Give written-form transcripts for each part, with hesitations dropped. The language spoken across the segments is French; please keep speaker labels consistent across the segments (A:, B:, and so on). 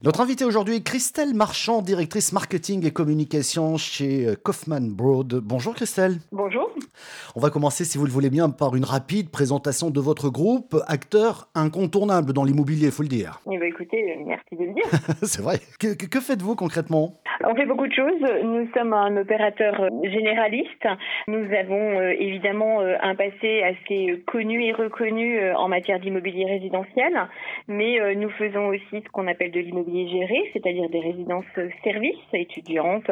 A: Notre invitée aujourd'hui est Christelle Marchand, directrice marketing et communication chez Kaufman Broad. Bonjour Christelle.
B: Bonjour.
A: On va commencer, si vous le voulez bien, par une rapide présentation de votre groupe, acteur incontournable dans l'immobilier, il faut le dire.
B: Eh bien, écoutez, merci de le dire.
A: C'est vrai. Que faites-vous concrètement ?
B: On fait beaucoup de choses. Nous sommes un opérateur généraliste. Nous avons évidemment un passé assez connu et reconnu en matière d'immobilier résidentiel, mais nous faisons aussi ce qu'on appelle de l'immobilier géré, c'est-à-dire des résidences services, étudiantes,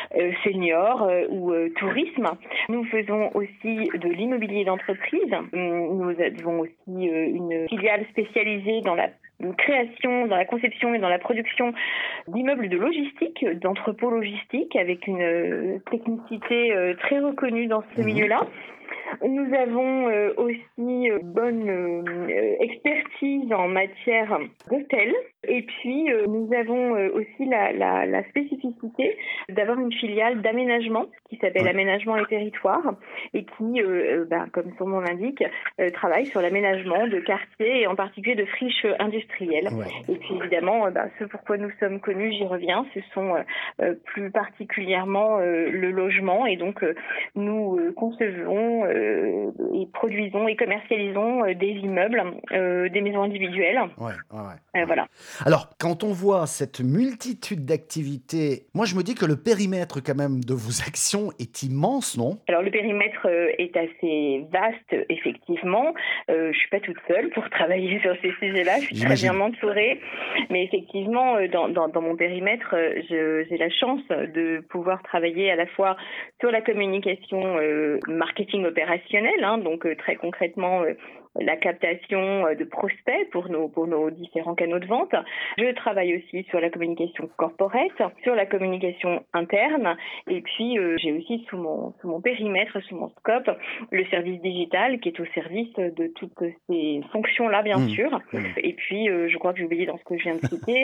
B: seniors ou tourisme. Nous faisons aussi de l'immobilier d'entreprise. Nous avons aussi une filiale spécialisée dans la création, dans la conception et dans la production d'immeubles de logistique, d'entrepôts logistiques, avec une technicité très reconnue dans ce milieu-là. Nous avons aussi bonne expertise en matière d'hôtel. Et puis, nous avons aussi la spécificité d'avoir une filiale d'aménagement qui s'appelle Aménagement et Territoires et qui, comme son nom l'indique, travaille sur l'aménagement de quartiers et en particulier de friches industrielles. Ouais. Et puis, évidemment, ce pourquoi nous sommes connus, j'y reviens, ce sont plus particulièrement le logement. Et donc, nous concevons et produisons et commercialisons des immeubles, des maisons individuelles. Voilà.
A: Alors, quand on voit cette multitude d'activités, moi je me dis que le périmètre quand même de vos actions est immense, non ?
B: Alors le périmètre est assez vaste, effectivement. Je suis pas toute seule pour travailler sur ces sujets-là. Je suis très bien entourée, mais effectivement, dans mon périmètre, j'ai la chance de pouvoir travailler à la fois sur la communication marketing opérationnel, donc très concrètement la captation de prospects pour nos différents canaux de vente. Je travaille aussi sur la communication corporate, sur la communication interne, et puis j'ai aussi sous mon périmètre, sous mon scope, le service digital qui est au service de toutes ces fonctions-là, bien sûr. Et puis, je crois que j'ai oublié dans ce que je viens de citer,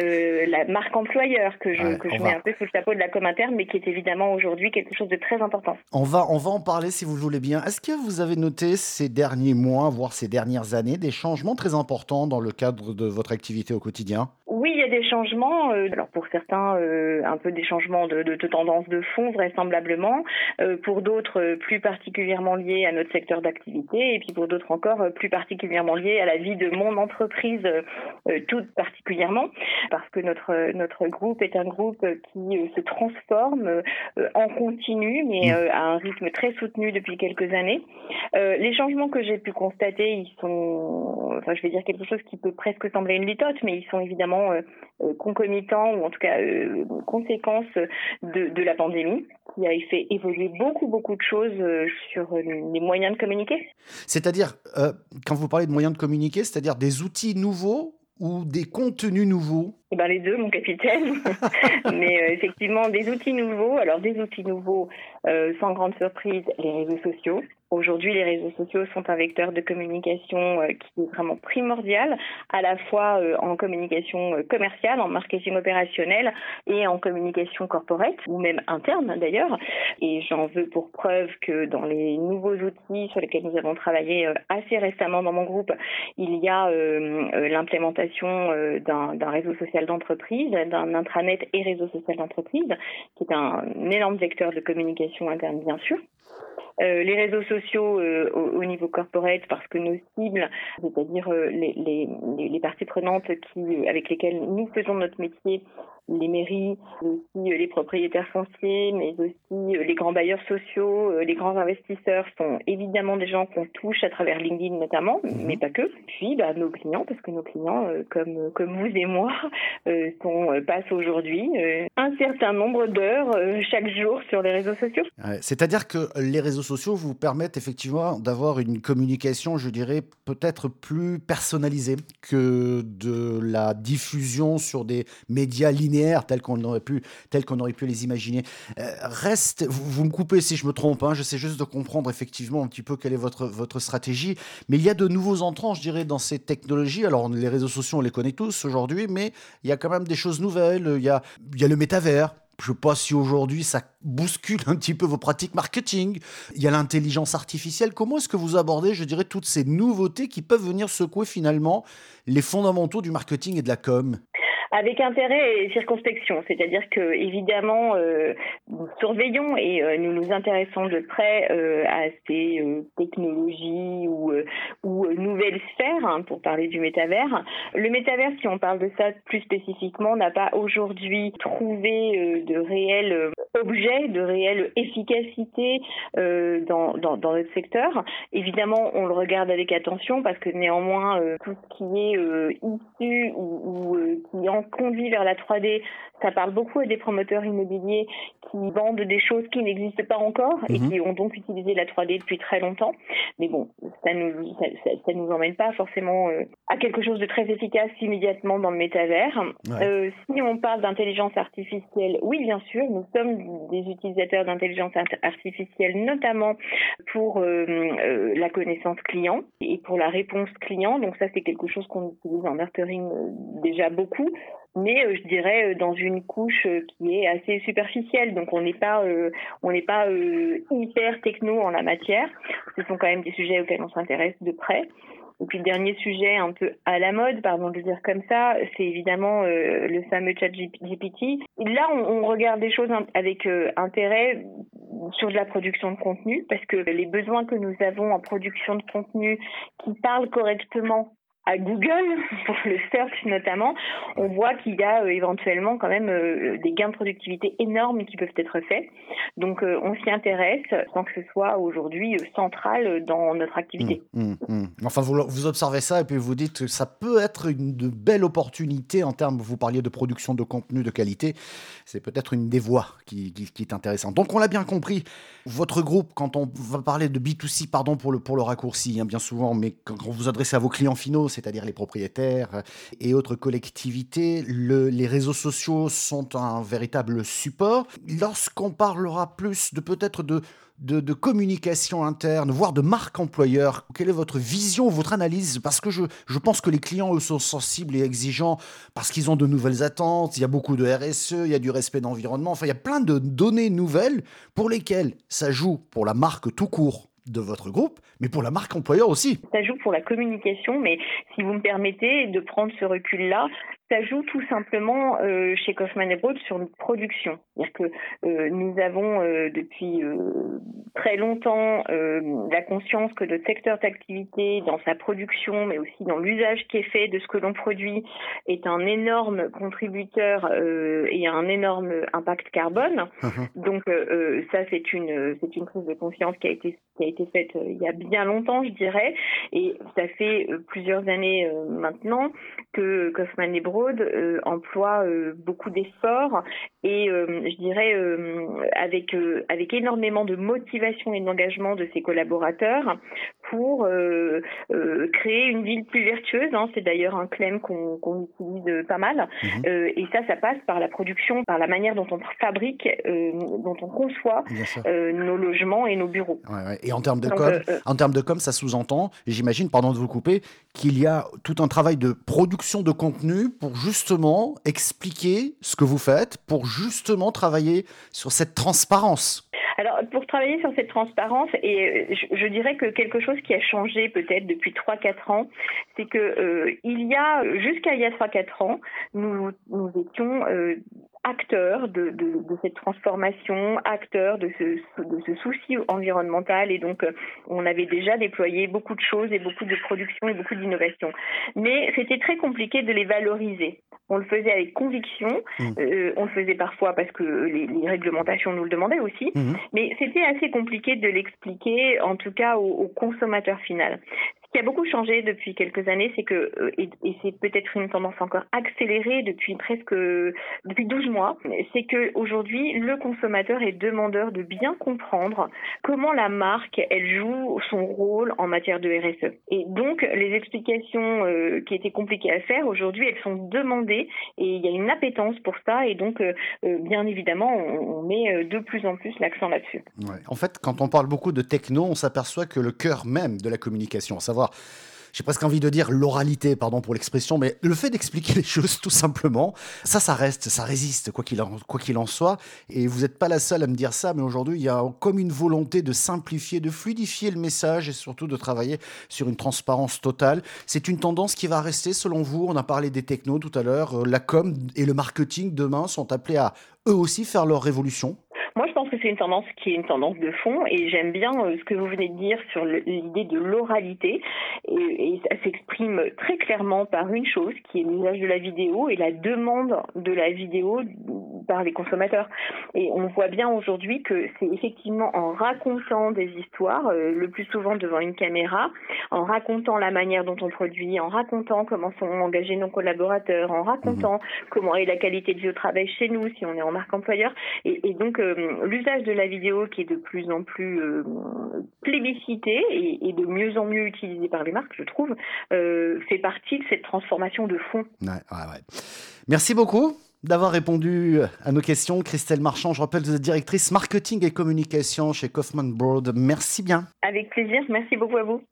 B: la marque employeur que je mets un peu sous le chapeau de la com interne, mais qui est évidemment aujourd'hui quelque chose de très important.
A: On va en parler si vous le voulez bien. Est-ce que vous avez noté ces derniers mois, voire ces dernières années, des changements très importants dans le cadre de votre activité au quotidien ?
B: Oui, il y a des changements. Alors pour certains, un peu des changements de tendance de fond, vraisemblablement. Pour d'autres, plus particulièrement liés à notre secteur d'activité. Et puis pour d'autres encore, plus particulièrement liés à la vie de mon entreprise, toute particulièrement. Parce que notre groupe est un groupe qui se transforme en continu, mais à un rythme très soutenu depuis quelques années. Les changements que j'ai pu constater, ils sont, je vais dire quelque chose qui peut presque sembler une litote, mais ils sont évidemment concomitants ou en tout cas conséquences de la pandémie qui a fait évoluer beaucoup de choses sur les moyens de communiquer.
A: C'est-à-dire, quand vous parlez de moyens de communiquer, c'est-à-dire des outils nouveaux ou des contenus nouveaux ?
B: Les deux, mon capitaine. Mais effectivement, des outils nouveaux. Alors, des outils nouveaux, sans grande surprise, les réseaux sociaux. Aujourd'hui, les réseaux sociaux sont un vecteur de communication qui est vraiment primordial, à la fois en communication commerciale, en marketing opérationnel et en communication corporate, ou même interne d'ailleurs. Et j'en veux pour preuve que dans les nouveaux outils sur lesquels nous avons travaillé assez récemment dans mon groupe, il y a l'implémentation d'un réseau social d'entreprise, d'un intranet et réseau social d'entreprise, qui est un énorme vecteur de communication interne, bien sûr. Les réseaux sociaux au niveau corporate, parce que nos cibles, c'est-à-dire les parties prenantes avec lesquelles nous faisons notre métier, les mairies, aussi les propriétaires fonciers, mais aussi les grands bailleurs sociaux, les grands investisseurs sont évidemment des gens qu'on touche à travers LinkedIn notamment, mais pas que. Puis nos clients, parce que nos clients, comme vous et moi, passent aujourd'hui un certain nombre d'heures chaque jour sur les réseaux sociaux.
A: C'est-à-dire que les réseaux sociaux vous permettent effectivement d'avoir une communication, je dirais, peut-être plus personnalisée que de la diffusion sur des médias linéaires tels qu'on aurait pu les imaginer. Vous me coupez si je me trompe, j'essaie juste de comprendre effectivement un petit peu quelle est votre stratégie, mais il y a de nouveaux entrants, je dirais, dans ces technologies. Alors les réseaux sociaux, on les connaît tous aujourd'hui, mais il y a quand même des choses nouvelles. Il y a le métavers. Je ne sais pas si aujourd'hui ça bouscule un petit peu vos pratiques marketing. Il y a l'intelligence artificielle. Comment est-ce que vous abordez, je dirais, toutes ces nouveautés qui peuvent venir secouer finalement les fondamentaux du marketing et de la com ?
B: Avec intérêt et circonspection, c'est-à-dire que évidemment nous surveillons et nous nous intéressons de près à ces technologies ou nouvelles sphères, hein, pour parler du métavers. Le métavers, si on parle de ça plus spécifiquement, n'a pas aujourd'hui trouvé de réels objets, de réelle efficacité dans notre secteur. Évidemment, on le regarde avec attention parce que néanmoins, tout ce qui est issu ou qui en conduit vers la 3D, ça parle beaucoup à des promoteurs immobiliers qui vendent des choses qui n'existent pas encore et qui ont donc utilisé la 3D depuis très longtemps. Mais bon, ça nous emmène pas forcément à quelque chose de très efficace immédiatement dans le métavers. Ouais. Si on parle d'intelligence artificielle, oui, bien sûr, nous sommes des utilisateurs d'intelligence artificielle, notamment pour la connaissance client et pour la réponse client. Donc ça, c'est quelque chose qu'on utilise en nurturing déjà beaucoup. Mais je dirais dans une couche qui est assez superficielle, donc on n'est pas hyper techno en la matière. Ce sont quand même des sujets auxquels on s'intéresse de près. Et puis le dernier sujet un peu à la mode, pardon de le dire comme ça, c'est évidemment le fameux ChatGPT. Là, on regarde des choses avec intérêt sur de la production de contenu, parce que les besoins que nous avons en production de contenu qui parlent correctement à Google, pour le search notamment, on voit qu'il y a éventuellement quand même des gains de productivité énormes qui peuvent être faits. Donc on s'y intéresse sans que ce soit aujourd'hui central dans notre activité.
A: Enfin, vous observez ça et puis vous dites que ça peut être de belle opportunité en termes, vous parliez de production de contenu de qualité, c'est peut-être une des voies qui est intéressante. Donc on l'a bien compris, votre groupe, quand on va parler de B2C, pardon pour le raccourci, hein, bien souvent, mais quand vous vous adressez à vos clients finaux, c'est-à-dire les propriétaires et autres collectivités, les réseaux sociaux sont un véritable support. Lorsqu'on parlera plus de peut-être de communication interne, voire de marque employeur, quelle est votre vision, votre analyse? Parce que je pense que les clients, eux, sont sensibles et exigeants parce qu'ils ont de nouvelles attentes, il y a beaucoup de RSE, il y a du respect d'environnement, enfin il y a plein de données nouvelles pour lesquelles ça joue pour la marque tout court de votre groupe, mais pour la marque employeur aussi.
B: Ça joue pour la communication, mais si vous me permettez de prendre ce recul-là, ça joue tout simplement chez Kaufman & Broad sur notre production. C'est-à-dire que nous avons depuis très longtemps la conscience que notre secteur d'activité, dans sa production, mais aussi dans l'usage qui est fait de ce que l'on produit, est un énorme contributeur et un énorme impact carbone. Donc ça, c'est une prise de conscience qui a été faite il y a bien longtemps, je dirais, et ça fait plusieurs années maintenant que Kaufman & Broad emploie beaucoup d'efforts et je dirais avec énormément de motivation et d'engagement de ses collaborateurs pour créer une ville plus vertueuse. Hein. C'est d'ailleurs un claim qu'on utilise pas mal. Et ça passe par la production, par la manière dont on fabrique, dont on conçoit nos logements et nos bureaux.
A: Ouais. Et en termes de com, ça sous-entend, j'imagine, pardon de vous couper, qu'il y a tout un travail de production de contenu pour justement expliquer ce que vous faites, pour justement travailler sur cette transparence.
B: Alors, pour travailler sur cette transparence, et je dirais que quelque chose qui a changé peut-être depuis 3-4 ans, c'est que jusqu'à il y a 3-4 ans, nous étions acteurs de cette transformation, acteurs de ce souci environnemental, et donc on avait déjà déployé beaucoup de choses et beaucoup de production et beaucoup d'innovation. Mais c'était très compliqué de les valoriser. On le faisait avec conviction, on le faisait parfois parce que les réglementations nous le demandaient aussi, mais c'était assez compliqué de l'expliquer, en tout cas au consommateur final. Ce qui a beaucoup changé depuis quelques années, c'est que, et c'est peut-être une tendance encore accélérée depuis 12 mois, c'est que aujourd'hui le consommateur est demandeur de bien comprendre comment la marque, elle joue son rôle en matière de RSE. Et donc, les explications qui étaient compliquées à faire, aujourd'hui, elles sont demandées et il y a une appétence pour ça. Et donc, bien évidemment, on met de plus en plus l'accent là-dessus.
A: Ouais. En fait, quand on parle beaucoup de techno, on s'aperçoit que le cœur même de la communication, à savoir j'ai presque envie de dire l'oralité, pardon pour l'expression, mais le fait d'expliquer les choses tout simplement, ça reste, ça résiste, quoi qu'il en soit. Et vous n'êtes pas la seule à me dire ça, mais aujourd'hui, il y a comme une volonté de simplifier, de fluidifier le message et surtout de travailler sur une transparence totale. C'est une tendance qui va rester selon vous. On a parlé des technos tout à l'heure. La com et le marketing demain sont appelés à eux aussi faire leur révolution.
B: Moi, je pense que c'est une tendance qui est une tendance de fond et j'aime bien ce que vous venez de dire sur l'idée de l'oralité et ça s'exprime très clairement par une chose qui est l'usage de la vidéo et la demande de la vidéo par les consommateurs. Et on voit bien aujourd'hui que c'est effectivement en racontant des histoires, le plus souvent devant une caméra, en racontant la manière dont on produit, en racontant comment sont engagés nos collaborateurs, en racontant comment est la qualité de vie au travail chez nous, si on est en marque employeur. Et donc, l'usage de la vidéo qui est de plus en plus plébiscité et de mieux en mieux utilisé par les marques, je trouve, fait partie de cette transformation de fond.
A: Ouais. Merci beaucoup d'avoir répondu à nos questions. Christelle Marchand, je rappelle, vous êtes directrice marketing et communication chez Kaufman Broad. Merci bien.
B: Avec plaisir, merci beaucoup à vous.